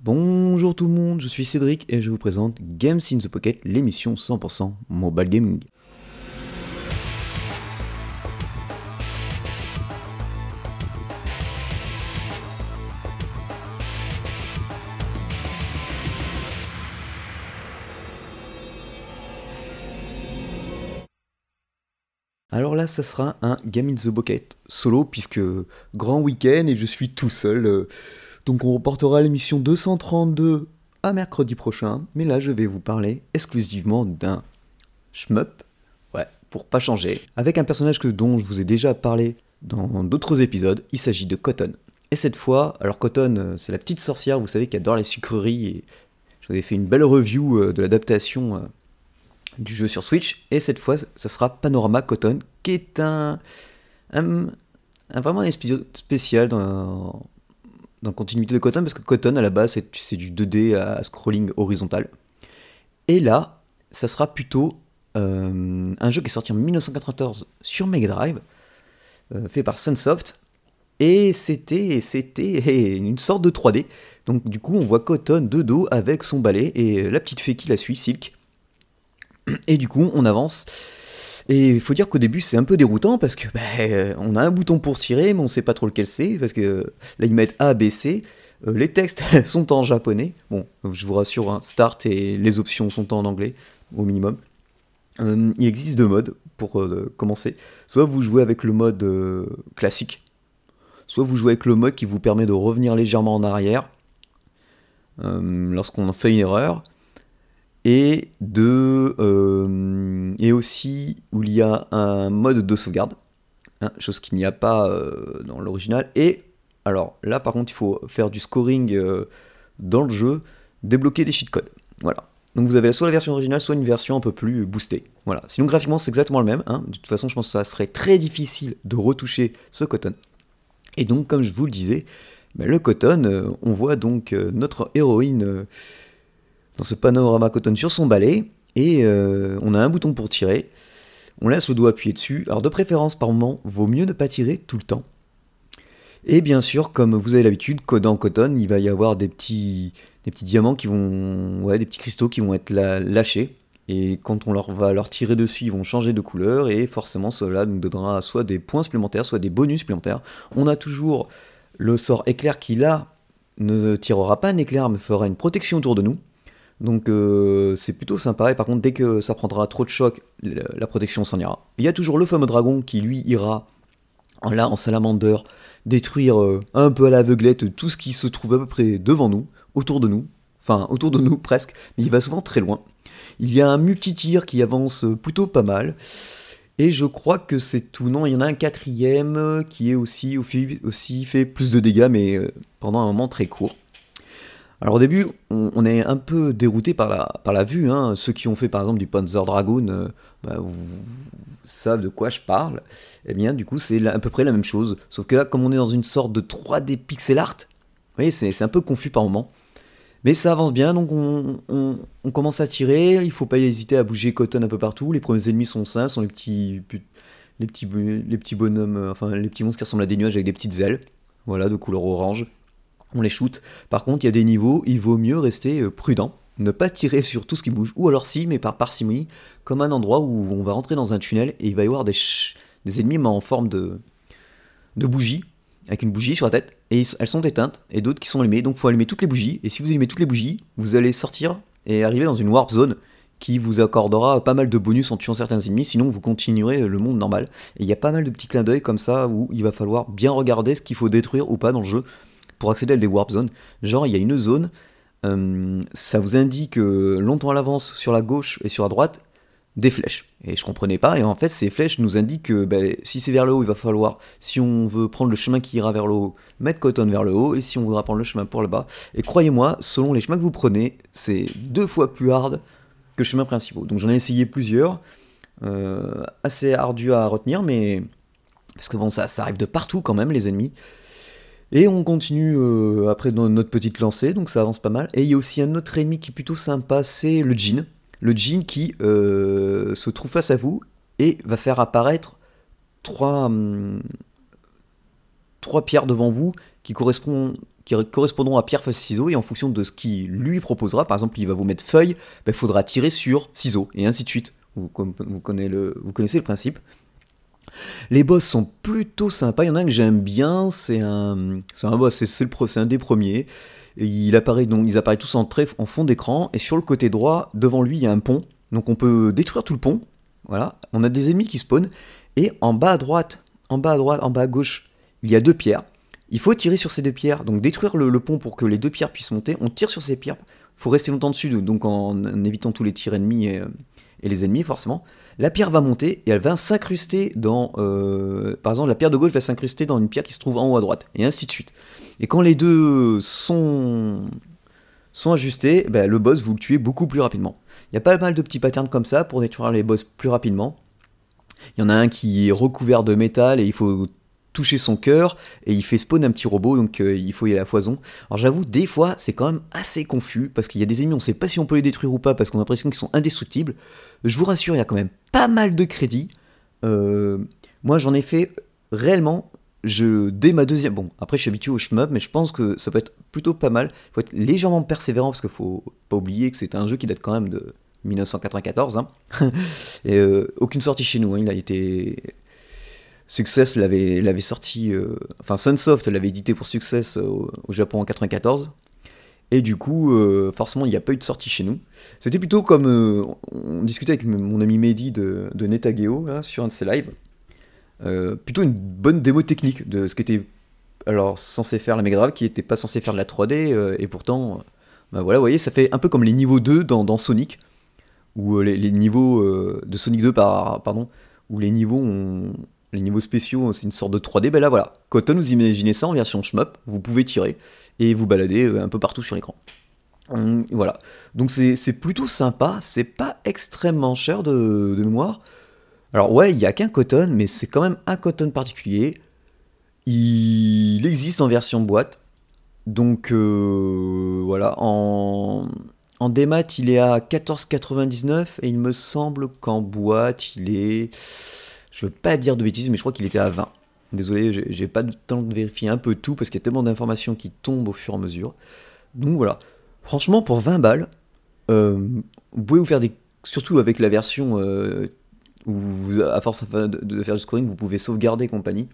Bonjour tout le monde, je suis Cédric et je vous présente Games in the Pocket, l'émission 100% mobile gaming. Alors là, ça sera un Game in the Pocket solo puisque grand week-end et je suis tout seul. Donc on reportera l'émission 232 à mercredi prochain. Mais là, je vais vous parler exclusivement d'un shmup. Ouais, pour pas changer. Avec un personnage dont je vous ai déjà parlé dans d'autres épisodes. Il s'agit de Cotton. Et cette fois, alors Cotton, c'est la petite sorcière, vous savez, qui adore les sucreries. Et je vous ai fait une belle review de l'adaptation du jeu sur Switch. Et cette fois, ça sera Panorama Cotton, qui est un- vraiment un épisode spécial dans continuité de Cotton, parce que Cotton, à la base, c'est du 2D à scrolling horizontal. Et là, ça sera plutôt un jeu qui est sorti en 1994 sur Mega Drive, fait par Sunsoft, et c'était une sorte de 3D. Donc du coup, on voit Cotton de dos avec son balai et la petite fée qui la suit, Silk. Et du coup, on avance. Et il faut dire qu'au début, c'est un peu déroutant parce que on a un bouton pour tirer, mais on sait pas trop lequel c'est parce que là ils mettent A, B, C. Les textes sont en japonais. Bon, je vous rassure, hein, Start et les options sont en anglais au minimum. Il existe deux modes pour commencer. Soit vous jouez avec le mode classique, soit vous jouez avec le mode qui vous permet de revenir légèrement en arrière lorsqu'on fait une erreur, et aussi où il y a un mode de sauvegarde, hein, chose qu'il n'y a pas dans l'original. Et alors là, par contre, il faut faire du scoring dans le jeu, débloquer des cheat codes. Voilà. Donc vous avez soit la version originale, soit une version un peu plus boostée. Voilà. Sinon graphiquement c'est exactement le même, hein. De toute façon, je pense que ça serait très difficile de retoucher ce Cotton. Et donc, comme je vous le disais, le Cotton, on voit donc notre héroïne dans ce panorama Cotton sur son balai, et on a un bouton pour tirer. On laisse le doigt appuyé dessus. Alors de préférence, par moment, vaut mieux ne pas tirer tout le temps. Et bien sûr, comme vous avez l'habitude, dans Cotton, il va y avoir des petits diamants qui vont, ouais, des petits cristaux qui vont être lâchés. Et quand on va leur tirer dessus, ils vont changer de couleur, et forcément cela nous donnera soit des points supplémentaires, soit des bonus supplémentaires. On a toujours le sort éclair qui là ne tirera pas un éclair, mais fera une protection autour de nous. Donc c'est plutôt sympa, et par contre dès que ça prendra trop de choc, la protection s'en ira. Il y a toujours le fameux dragon qui lui ira en salamander détruire un peu à l'aveuglette tout ce qui se trouve à peu près devant nous, autour de nous, enfin autour de nous presque, mais il va souvent très loin. Il y a un multi-tir qui avance plutôt pas mal, et je crois que c'est tout. Non, il y en a un quatrième qui est aussi fait plus de dégâts, mais pendant un moment très court. Alors au début, on est un peu dérouté par la vue, hein. Ceux qui ont fait par exemple du Panzer Dragoon vous savent de quoi je parle. Eh bien du coup c'est à peu près la même chose, sauf que là comme on est dans une sorte de 3D pixel art, vous voyez, c'est un peu confus par moment. Mais ça avance bien, donc on commence à tirer, il faut pas hésiter à bouger Cotton un peu partout. Les premiers ennemis sont simples, sont les petits bonhommes, enfin les petits monstres qui ressemblent à des nuages avec des petites ailes, voilà, de couleur orange. On les shoot. Par contre, il y a des niveaux, il vaut mieux rester prudent, ne pas tirer sur tout ce qui bouge, ou alors si, mais par parcimonie, comme un endroit où on va rentrer dans un tunnel et il va y avoir des ennemis mais en forme de bougie, avec une bougie sur la tête, et elles sont éteintes, et d'autres qui sont allumées, donc il faut allumer toutes les bougies, et si vous allumez toutes les bougies, vous allez sortir et arriver dans une warp zone qui vous accordera pas mal de bonus en tuant certains ennemis, sinon vous continuerez le monde normal. Et il y a pas mal de petits clins d'œil comme ça où il va falloir bien regarder ce qu'il faut détruire ou pas dans le jeu pour accéder à des warp zones. Genre, il y a une zone, ça vous indique longtemps à l'avance sur la gauche et sur la droite des flèches. Et je comprenais pas, et en fait, ces flèches nous indiquent que si c'est vers le haut, il va falloir, si on veut prendre le chemin qui ira vers le haut, mettre Cotton vers le haut, et si on voudra prendre le chemin pour le bas. Et croyez-moi, selon les chemins que vous prenez, c'est 2 fois plus hard que les chemins principaux. Donc j'en ai essayé plusieurs, assez ardu à retenir, mais parce que bon, ça arrive de partout quand même, les ennemis. Et on continue après dans notre petite lancée, donc ça avance pas mal. Et il y a aussi un autre ennemi qui est plutôt sympa, c'est le djinn. Le djinn qui se trouve face à vous et va faire apparaître trois, trois pierres devant vous qui correspondent qui correspondront à pierre, feuille, ciseaux, et en fonction de ce qu'il lui proposera, par exemple, il va vous mettre feuille, il faudra tirer sur ciseaux, et ainsi de suite. Vous connaissez le principe. Les boss sont plutôt sympas. Il y en a un que j'aime bien. C'est un boss. C'est un des premiers. Et ils apparaissent tous en fond d'écran. Et sur le côté droit, devant lui, il y a un pont. Donc on peut détruire tout le pont. Voilà. On a des ennemis qui spawnent. Et en bas à droite, en bas à gauche, il y a 2 pierres. Il faut tirer sur ces 2 pierres. Donc détruire le pont pour que les 2 pierres puissent monter. On tire sur ces pierres. Il faut rester longtemps dessus. Donc en évitant tous les tirs ennemis et les ennemis, forcément. La pierre va monter et elle va s'incruster dans... par exemple, la pierre de gauche va s'incruster dans une pierre qui se trouve en haut à droite, et ainsi de suite. Et quand les deux sont ajustés, le boss, vous le tuez beaucoup plus rapidement. Il y a pas mal de petits patterns comme ça pour détruire les boss plus rapidement. Il y en a un qui est recouvert de métal et il faut toucher son cœur et il fait spawn un petit robot, donc il faut y aller à foison. Alors j'avoue, des fois c'est quand même assez confus parce qu'il y a des ennemis, on sait pas si on peut les détruire ou pas parce qu'on a l'impression qu'ils sont indestructibles. Je vous rassure, il y a quand même pas mal de crédits. Moi j'en ai fait réellement, dès ma deuxième... Bon, après je suis habitué au shmup, mais je pense que ça peut être plutôt pas mal. Il faut être légèrement persévérant parce qu'il faut pas oublier que c'est un jeu qui date quand même de 1994. Hein. Et aucune sortie chez nous, hein. Il a été... Success l'avait sorti, enfin Sunsoft l'avait édité pour Success au Japon en 94, et du coup, forcément, il n'y a pas eu de sortie chez nous. C'était plutôt comme, on discutait avec mon ami Mehdi de Netageo, là, sur un de ses lives, plutôt une bonne démo technique de ce qu'était alors censé faire la Mega Drive, qui n'était pas censé faire de la 3D, et pourtant, voilà, vous voyez, ça fait un peu comme les niveaux 2 dans Sonic, ou les niveaux de Sonic 2, pardon, où les niveaux spéciaux, c'est une sorte de 3D. Ben là, voilà. Cotton, vous imaginez ça en version shmup, vous pouvez tirer et vous balader un peu partout sur l'écran. Voilà. Donc c'est plutôt sympa, c'est pas extrêmement cher de mémoire. Alors ouais, il y a qu'un Cotton, mais c'est quand même un Cotton particulier. Il existe en version boîte. Donc voilà, en démat, il est à 14,99 et il me semble qu'en boîte, il est... Je veux pas dire de bêtises, mais je crois qu'il était à 20. Désolé, j'ai pas le temps de vérifier un peu tout parce qu'il y a tellement d'informations qui tombent au fur et à mesure. Donc voilà. Franchement, pour 20 balles, vous pouvez vous faire des... Surtout avec la version où à force de faire du scoring, vous pouvez sauvegarder et compagnie.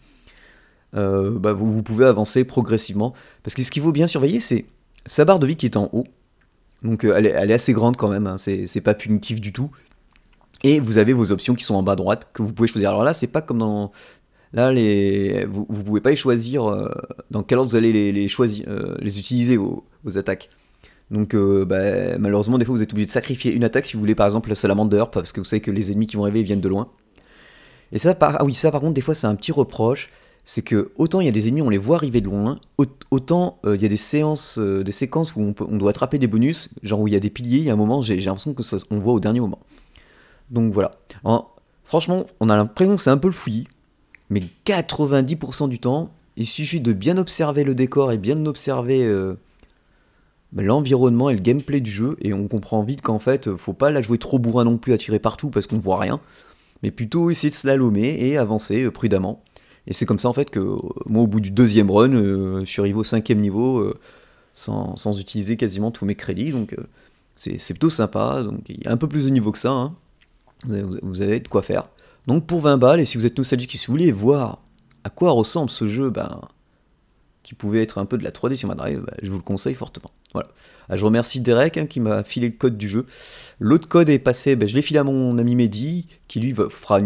Vous pouvez avancer progressivement. Parce que ce qu'il faut bien surveiller, c'est sa barre de vie qui est en haut. Donc elle est assez grande quand même, hein. C'est pas punitif du tout. Et vous avez vos options qui sont en bas à droite, que vous pouvez choisir. Alors là, c'est pas comme dans... Là, vous pouvez pas les choisir dans quel ordre vous allez les utiliser, vos attaques. Donc malheureusement, des fois, vous êtes obligé de sacrifier une attaque si vous voulez, par exemple, la salamander, parce que vous savez que les ennemis qui vont arriver viennent de loin. Et ça, par contre, des fois, c'est un petit reproche. C'est que autant il y a des ennemis, on les voit arriver de loin, autant il y a des séquences où on doit attraper des bonus, genre où il y a des piliers, il y a un moment, j'ai l'impression que on voit au dernier moment. Donc voilà. Alors, franchement, on a l'impression que c'est un peu le fouillis, mais 90% du temps, il suffit de bien observer le décor et bien observer l'environnement et le gameplay du jeu, et on comprend vite qu'en fait, faut pas la jouer trop bourrin non plus à tirer partout parce qu'on voit rien, mais plutôt essayer de slalomer et avancer prudemment. Et c'est comme ça en fait que moi au bout du 2e run, je suis arrivé au 5e niveau sans utiliser quasiment tous mes crédits, donc c'est plutôt sympa, donc il y a un peu plus de niveau que ça, hein. Vous avez de quoi faire. Donc pour 20 balles, et si vous êtes nostalgique et si vous voulez voir à quoi ressemble ce jeu, qui pouvait être un peu de la 3D sur ma drive, je vous le conseille fortement. Voilà. Je remercie Derek qui m'a filé le code du jeu. L'autre code est passé, je l'ai filé à mon ami Mehdi, qui lui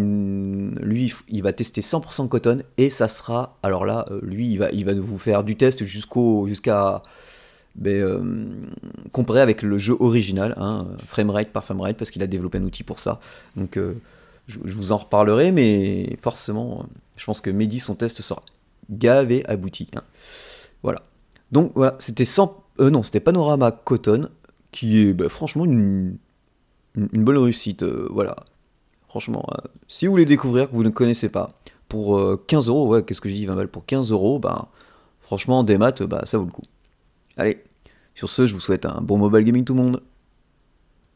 il va tester 100% Cotton, et ça sera, alors là, lui il va vous faire du test jusqu'à comparé avec le jeu original, hein, framerate par framerate, parce qu'il a développé un outil pour ça. Donc je vous en reparlerai, mais forcément, je pense que Mehdi, son test sera gavé abouti. Hein. Voilà. Donc voilà, c'était c'était Panorama Cotton, qui est franchement une bonne réussite. Voilà. Franchement, si vous voulez découvrir, que vous ne connaissez pas, pour 15€, ouais, qu'est-ce que j'ai dit, 20 balles pour 15€, franchement, des maths, ça vaut le coup. Allez, sur ce, je vous souhaite un bon mobile gaming tout le monde.